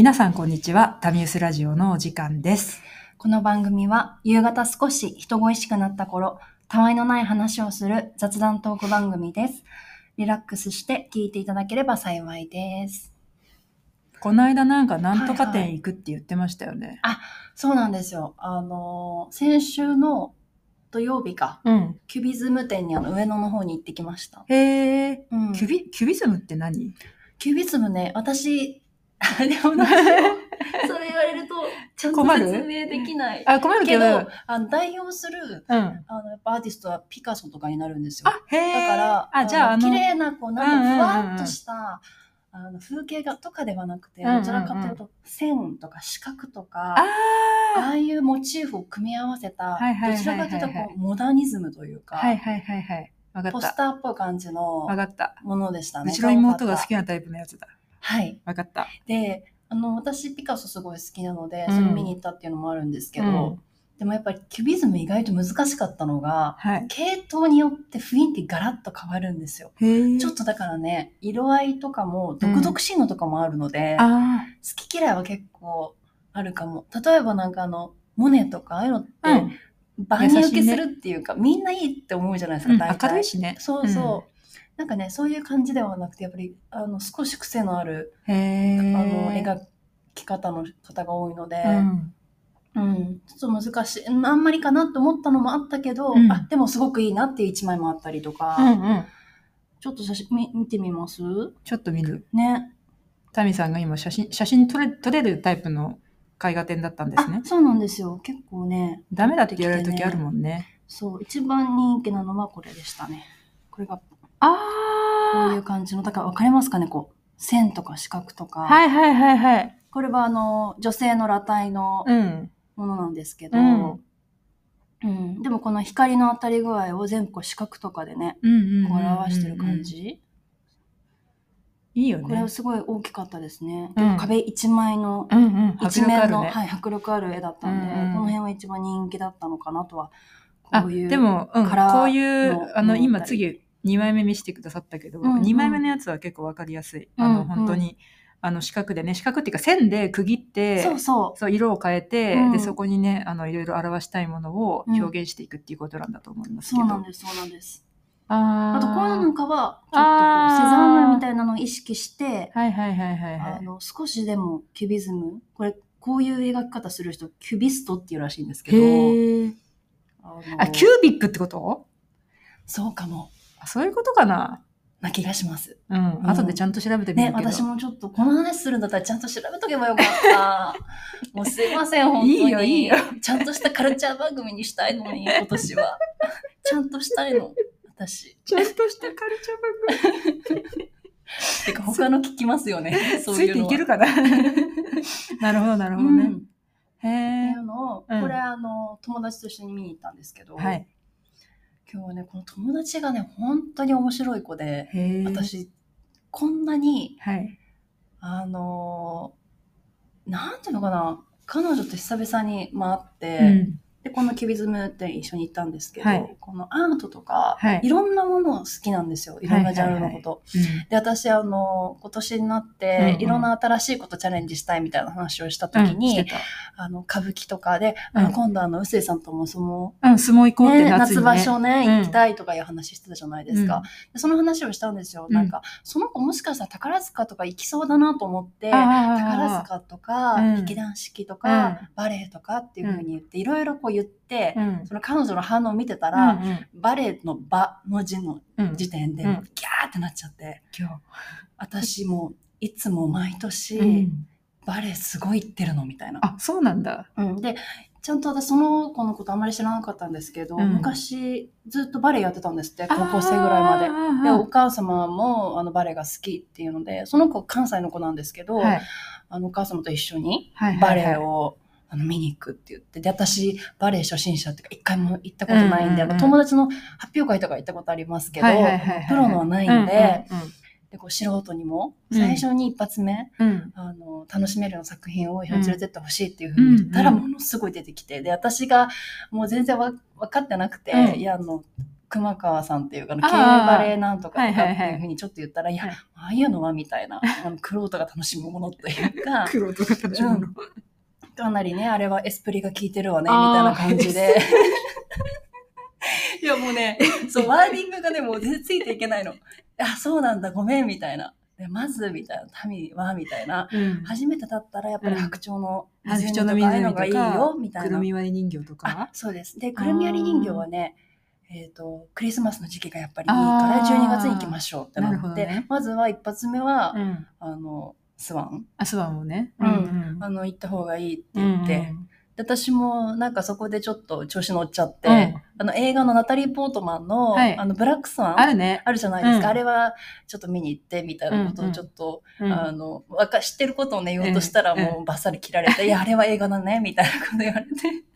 皆さんこんにちは。タミウスラジオのお時間です。 この番組は夕方少し人恋しくなった頃、たわいのない話をする雑談トーク番組です。リラックスして聞いていただければ幸いです。 この間なんとか店行くって言ってましたよね。 あ、そうなんですよ。先週の土曜日か、キュビズム店に上野の方に行ってきました。 へー、キュビズムって何？ キュビズムね、私、でもなんですよ。それ言われると、ちゃんと説明できない。 困るけど、 代表する、やっぱアーティストはピカソとかになるんですよ。 だから、 じゃあ綺麗な、ふわっとした、風景画とかではなくて、どちらかというと、線とか四角とか、ああいうモチーフを組み合わせた、どちらかというとモダニズムというか、ポスターっぽい感じのものでしたね。 うちの妹が好きなタイプのやつだ。 はい。 わかった。 で、私ピカソすごい好きなので、それ見に行ったっていうのもあるんですけど、でもやっぱりキュビズム意外と難しかったのが、系統によって雰囲気ガラッと変わるんですよ。ちょっとだからね、色合いとかも独々しいのとかもあるので、好き嫌いは結構あるかも。例えばモネとかああいうのって、万人受けするっていうか、みんないいって思うじゃないですか、大体。 明るいしね。 そうそう。なんかね、そういう感じではなくて、やっぱり少し癖のある描き方の方が多いので、ちょっと難しい。あんまりかなと思ったのもあったけど、でもすごくいいなっていう一枚もあったりとか、ちょっと写真見てみます？ ちょっと見る。 ね。 タミさんが今写真撮れるタイプの絵画展だったんですね。 そうなんですよ。結構ね。 ダメだって言われる時あるもんね。 そう、一番人気なのはこれでしたね。これが、こういう感じの、だからわかりますかね、線とか四角とか。これは女性の裸体のものなんですけど、でもこの光の当たり具合を全部四角とかでね、表してる感じ。いいよね。これはすごい大きかったですね。壁一枚の、一面の、迫力ある絵だったんで、この辺は一番人気だったのかなとは。 でも、こういう、今次2枚目見せてくださったけど、2枚目のやつは結構わかりやすい。本当に、四角でね、四角っていうか線で区切って、そう色を変えて、で、そこにね、いろいろ表したいものを表現していくっていうことなんだと思いますけど。 そうなんです。あと、こういうのなんかは、ちょっとセザンヌみたいなのを意識して、少しでもキュビズム、こういう描き方する人、キュビストっていうらしいんですけど、 キュービックってこと？ そうかも。 そういうことかなな気がします。 後でちゃんと調べてみるけど。 ね、私もちょっとこの話するんだったらちゃんと調べとけばよかった。もうすいません、本当に。いいよ。ちゃんとしたカルチャー番組にしたいのに、今年は。ちゃんとしたいの。私。 ちゃんとしたカルチャー番組。 てか他の聞きますよね。 そういうの。ついていけるかな。なるほどね。 っていうのを、これ友達と一緒に見に行ったんですけど、今日はね、この友達がね、本当に面白い子で、私、こんなに、なんていうのかな、彼女と久々に会って、で、このキュビズムって一緒に行ったんですけど、このアートとか、いろんなもの好きなんですよ。いろんなジャンルのこと。で、私、今年になって、いろんな新しいことチャレンジしたいみたいな話をしたときに、歌舞伎とかで、今度臼井さんとも相撲行こうって夏場所ね、行きたいとかいう話してたじゃないですか。でその話をしたんですよ。なんか、その子もしかしたら宝塚とか行きそうだなと思って、宝塚とか、劇団四季とか、バレエとかっていうふうに言って、いろいろ言って、その彼女の反応を見てたら、バレエのバの字の時点で、ギャーってなっちゃって、私もいつも毎年、バレエすごい行ってるのみたいな。 あ、そうなんだ。 で、ちゃんと私その子のことあんまり知らなかったんですけど、昔ずっとバレエやってたんですって、高校生ぐらいまで。で、お母様もバレエが好きっていうので、その子関西の子なんですけど、お母様と一緒にバレエを見に行くって言って、で、私、バレエ初心者っていうか、一回も行ったことないんで、友達の発表会とか行ったことありますけど、プロのはないんで、で素人にも、最初に一発目、楽しめるような作品を連れてってほしいっていうふうに言ったら、ものすごい出てきて、で、私がもう全然分かってなくて、いや、 熊川さんっていうか、Kバレーなんとかとかっていうふうにちょっと言ったら、いや、ああいうのはみたいな、玄人が楽しむものというか、 玄人が楽しむもの。 かなりね、あれはエスプリが効いてるわね、みたいな感じで。いやもうね、そう、ワーディングがね、もう全然ついていけないの。あ、そうなんだ、ごめん、みたいな。でまず、みたいな、民は、みたいな。初めてだったら、やっぱり白鳥の湖とか、ああいうのがいいよ、みたいな。 くるみ割り人形とか。 そうです。で、くるみ割り人形はね、クリスマスの時期がやっぱりいいから12月に行きましょうってなって、ね、まずは一発目は、スワン。 スワンをね。 行った方がいいって言って、私もなんかそこでちょっと調子乗っちゃって、映画のナタリー・ポートマンの、ブラックスワンあるね。 あるじゃないですか。あれはちょっと見に行ってみたいなことをちょっと、知ってることをね、言おうとしたらもうバッサリ切られて、いや、あれは映画だね、みたいなこと言われて。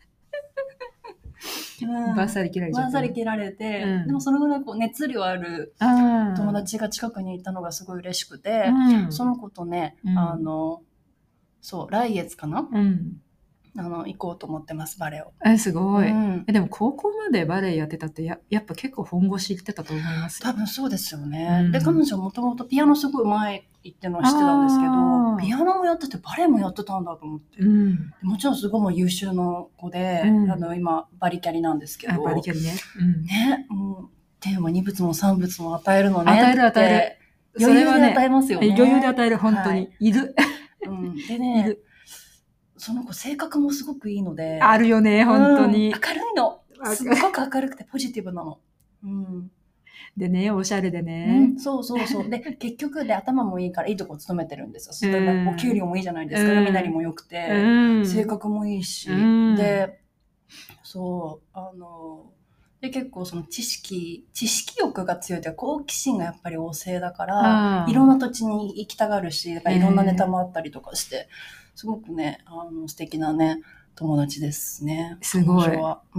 バッサリ切られちゃった。 バッサリ切られて、でもそのぐらいこう熱量ある友達が近くにいたのがすごい嬉しくて、その子とね、そう、来月かな、行こうと思ってます、バレエを。 すごい。でも高校までバレエやってたってやっぱ結構本腰いってたと思いますよ。 多分そうですよね。で、彼女もともとピアノすごい上手いっていうのは知ってたんですけど、ピアノもやっててバレエもやってたんだと思って。もちろんすごいもう優秀な子で、今バリキャリなんですけど。 バリキャリね。 ね、もう天は二物も三物も与えるのね。 与える。 余裕で与えますよね。 余裕で与える、本当に。いる。 でね、その子性格もすごくいいので。 あるよね、本当に。 明るいの。すごく明るくてポジティブなの。 でね、おしゃれでね。 そう。で、結局で頭もいいからいいとこ勤めてるんですよ。それでお給料もいいじゃないですか。みなりも良くて、性格もいいし。で、そう、で、結構その知識欲が強いというか、好奇心がやっぱり旺盛だから、いろんな土地に行きたがるし、いろんなネタもあったりとかして、すごくね、素敵なね、友達ですね。 すごい。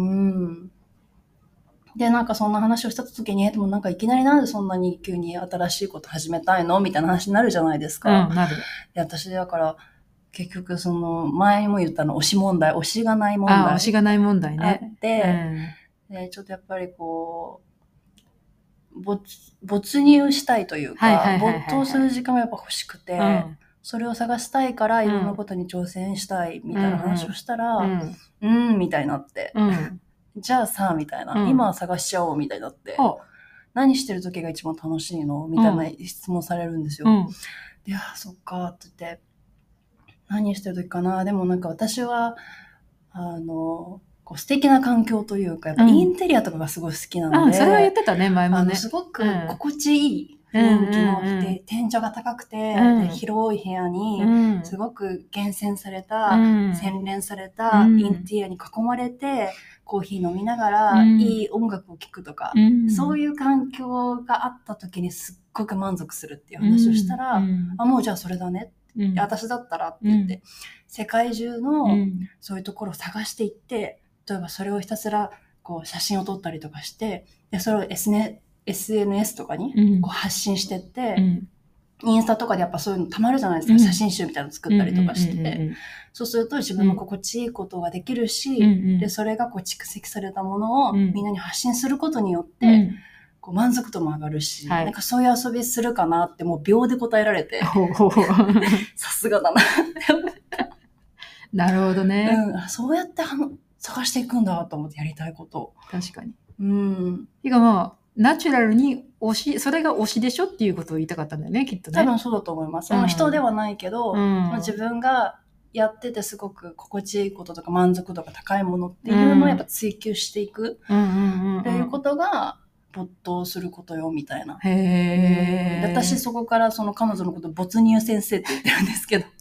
で、なんかそんな話をした時に、でもなんかいきなりなんでそんなに急に新しいこと始めたいのみたいな話になるじゃないですか。 なる。 で、私だから、結局その、前にも言ったの、推し問題、推しがない問題。 推しがない問題ね。 あって、で、ちょっとやっぱりこう、没入したいというか、没頭する時間がやっぱ欲しくて、それを探したいからいろんなことに挑戦したいみたいな話をしたら、みたいになって、じゃあさ、みたいな、今は探しちゃおうみたいになって、何してる時が一番楽しいのみたいな質問されるんですよ。で、そっかって言って、何してる時かな。でもなんか私は、こう素敵な環境というか、やっぱインテリアとかがすごい好きなので、 それは言ってたね、前もね。 すごく心地いい雰囲気の、天井が高くて、で広い部屋に、すごく厳選された、洗練されたインテリアに囲まれて、コーヒー飲みながら、いい音楽を聴くとか、そういう環境があった時にすっごく満足するっていう話をしたら、もうじゃあそれだね。私だったらって言って、世界中のそういうところを探していって、例えばそれをひたすらこう写真を撮ったりとかして、でそれを SNS とかにこう発信してって、インスタとかでやっぱそういうのたまるじゃないですか、写真集みたいなの作ったりとかして、そうすると自分の心地いいことができるし、でそれがこう蓄積されたものをみんなに発信することによって、こう満足度も上がるし、なんかそういう遊びするかなってもう秒で答えられて、さすがだなって思った。 なるほどね。 そうやって探していくんだと思ってやりたいこと。 確かに。てかまあ、ナチュラルにそれが推しでしょっていうことを言いたかったんだよね、きっとね。 多分そうだと思います。その人ではないけど、自分がやっててすごく心地いいこととか満足度が高いものっていうのをやっぱ追求していくっていうことが没頭することよみたいな。私そこからその彼女のこと没入先生って言ってるんですけど。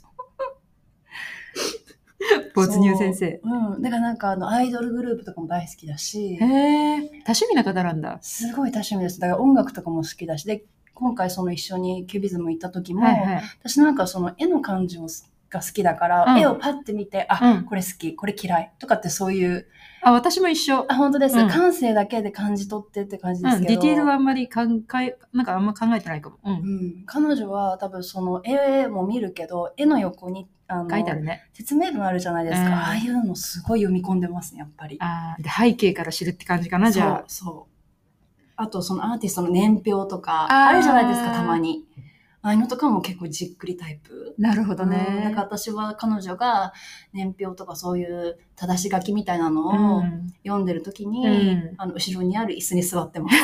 没入先生。 だからなんかアイドルグループとかも大好きだし。 多趣味な方なんだ。 すごい多趣味です。だから音楽とかも好きだし。で、今回その一緒にキュビズム行った時も、私なんかその絵の感じが好きだから、絵をパッて見て、これ好き、これ嫌いとかってそういう。 私も一緒。 本当です。感性だけで感じ取ってって感じですけど。 ディテールはあんまりなんかあんま考えてないかも。 彼女は多分その絵も見るけど、絵の横に書いてあるね。 説明文あるじゃないですか。ああいうのすごい読み込んでますね、やっぱり。 で背景から知るって感じかな、じゃあ。 そう。 あとそのアーティストの年表とかあるじゃないですか、たまに。ああいうのとかも結構じっくりタイプ。 なるほどね。 だから私は彼女が年表とかそういう正し書きみたいなのを読んでるときに、後ろにある椅子に座ってます。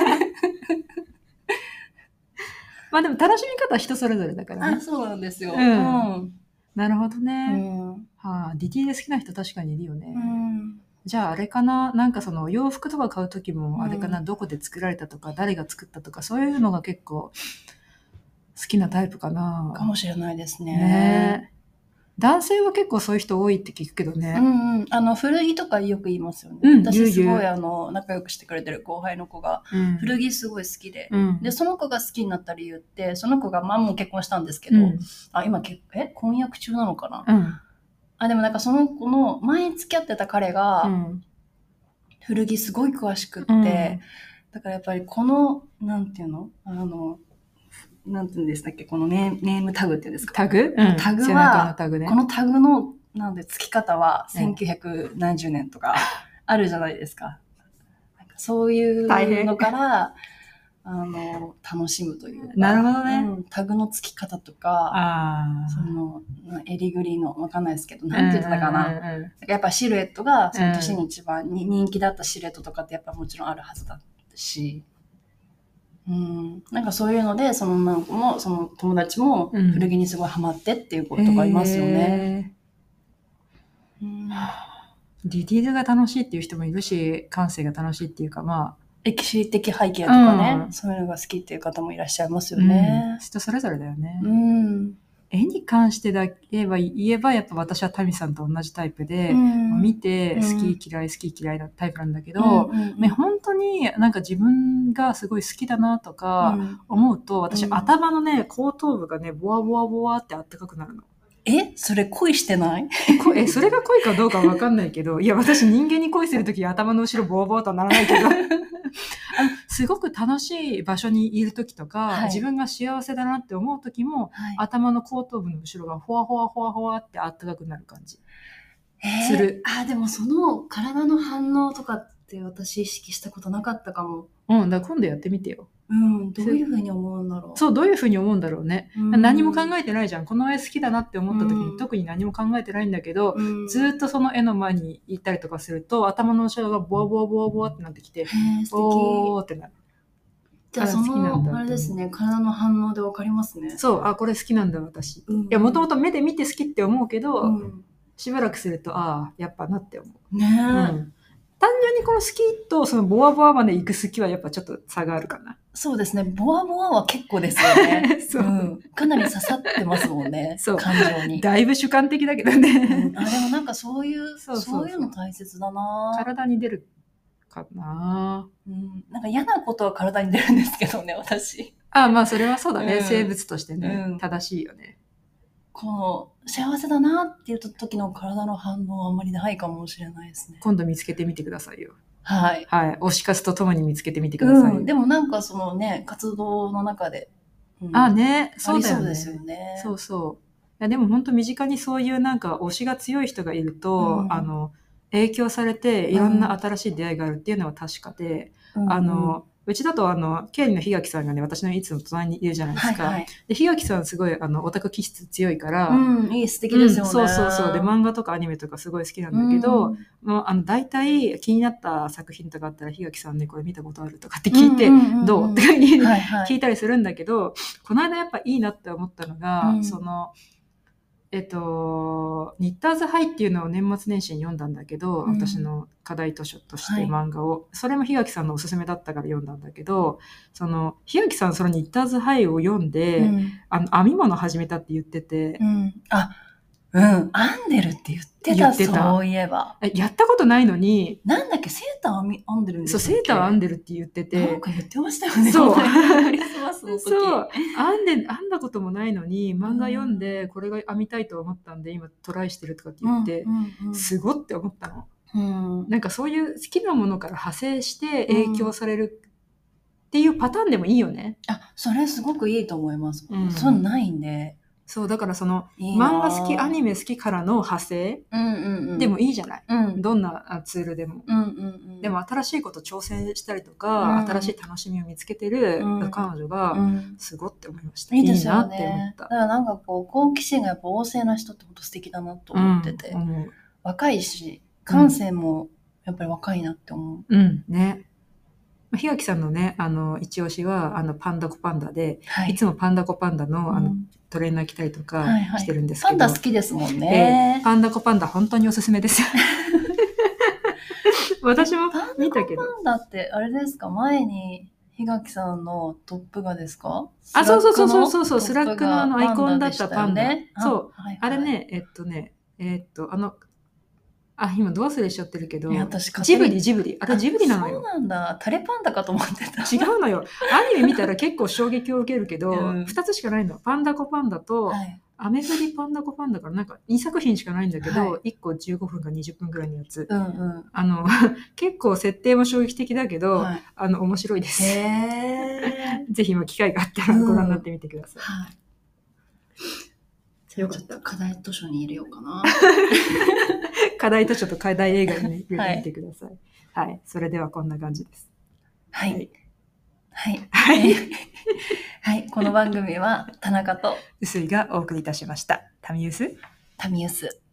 まあでも楽しみ方は人それぞれだからね。 そうなんですよ。 なるほどね。ディティール好きな人確かにいるよね。じゃああれかな、なんかその洋服とか買うときもあれかな、どこで作られたとか誰が作ったとかそういうのが結構好きなタイプかな。 かもしれないですね。 男性は結構そういう人多いって聞くけどね。 古着とかよく言いますよね。私すごい仲良くしてくれてる後輩の子が、古着すごい好きで、でその子が好きになった理由ってその子がもう結婚したんですけど、今婚約中なのかな。でもなんかその子の前に付き合ってた彼が、古着すごい詳しくって、だからやっぱりこのなんていうのなんていうんでしたっけ、このネームタグっていうんですか。 タグは、このタグの付き方は1900何十年とかあるじゃないですか。なんかそういうのから楽しむというか。 なるほどね。 タグの付き方とか、その襟ぐりのわかんないですけど、なんて言ってたかな。やっぱシルエットがその年に一番人気だったシルエットとかってやっぱもちろんあるはずだし。なんかそういうのでその女の子もその友達も古着にすごいハマってっていうことがありますよね。 ディティールが楽しいっていう人もいるし、感性が楽しいっていうか、まあ歴史的背景とかね、そういうのが好きっていう方もいらっしゃいますよね。 人それぞれだよね。絵に関してだけ言えばやっぱ私はタミさんと同じタイプで、見て好き嫌いなタイプなんだけど、本当になんか自分がすごい好きだなとか思うと、私頭のね後頭部がねボワボワボワってあったかくなるの。 それ恋してない？ それが恋かどうかわかんないけど、いや私人間に恋するとき頭の後ろボワボワとはならないけどすごく楽しい場所にいるときとか、自分が幸せだなって思うときも、頭の後頭部の後ろがほわほわほわほわってあったかくなる感じする。 でもその体の反応とかって私意識したことなかったかも。 だから今度やってみてよ。 どういうふうに思うんだろう。 そう、どういうふうに思うんだろうね。何も考えてないじゃん。この絵好きだなって思った時に、特に何も考えてないんだけど、ずっとその絵の前に行ったりとかすると、頭の後ろがボワボワボワボワってなってきて、おーってなる。 じゃあそのあれですね、体の反応でわかりますね。 そう、これ好きなんだ私。いや、もともと目で見て好きって思うけど、しばらくすると、やっぱなって思う。単純にこの好きとそのボワボワまで行く好きはやっぱちょっと差があるかな。 そうですね。ボワボワは結構ですよね。かなり刺さってますもんね。感情に。 だいぶ主観的だけどね。 でもなんかそういうの大切だな。 体に出るかな。 なんか嫌なことは体に出るんですけどね、私。 まあそれはそうだね。生物としてね、正しいよね。 この幸せだなって言った時の体の反応はあんまりないかもしれないですね。 今度見つけてみてくださいよ。 はい。 推し活とともに見つけてみてください。 でもなんかそのね、活動の中で。 そうだよね。 ですよね。 そうそう。いやでも本当身近にそういうなんか推しが強い人がいると、影響されていろんな新しい出会いがあるっていうのは確かで、うちだと経理の檜垣さんがね、私のいつも隣にいるじゃないですか。で檜垣さんすごいオタク気質強いから、 素敵ですよね。 そうで漫画とかアニメとかすごい好きなんだけど、もう大体気になった作品とかあったら檜垣さんねこれ見たことあるとかって聞いて、どうって聞いたりするんだけど、この間やっぱいいなって思ったのが、そのニッターズハイっていうのを年末年始に読んだんだけど、私の課題図書として漫画を、それも檜垣さんのおすすめだったから読んだんだけど、その檜垣さんそのニッターズハイを読んで、編み物始めたって言ってて、 編んでるって言ってた。そういえばやったことないのに、 なんだっけ、セーター編んでるんですか？ そう、セーター編んでるって言ってて、 なんか言ってましたよね。 そうクリスマスの時。 そう編んだこともないのに漫画読んでこれが編みたいと思ったんで今トライしてるとかって言って、すごって思ったの。なんかそういう好きなものから派生して影響されるっていうパターンでもいいよね。 それすごくいいと思います。そういうのないんで。 そう、だからその、漫画好き、アニメ好きからの派生でもいいじゃない。どんなツールでも。でも新しいこと挑戦したりとか、新しい楽しみを見つけてる彼女が、すごって思いました。 いいですよね。 いいなって思った。 だからなんかこう、好奇心がやっぱ旺盛な人って本当素敵だなと思ってて。若いし、感性もやっぱり若いなって思う。 ね。檜垣さんのね、一押しは、パンダコパンダで、いつもパンダコパンダの、トレーナー着たりとかしてるんですけど。 パンダ好きですもんね。 パンダコパンダ本当におすすめですよ。私も見たけど。 パンダってあれですか、前に檜垣さんのトップがですか？ そう、スラックのアイコンだったパンダ。そう、あれね、今ど忘れしちゃってるけど、ジブリ。あれジブリなのよ。 そうなんだ。タレパンダかと思ってた。 違うのよ。アニメ見たら結構衝撃を受けるけど、2つしかないの。パンダコパンダと、アメフリパンダコパンダからなんか2作品しかないんだけど、1個15分か20分くらいのやつ。結構設定も衝撃的だけど、面白いです。ぜひ機会があったらご覧になってみてください。 よかった。課題図書に入れようかな。 課題図書と課題映画に入れてみてください。はい。それではこんな感じです。 はい。この番組は田中と臼井がお送りいたしました。タミユス。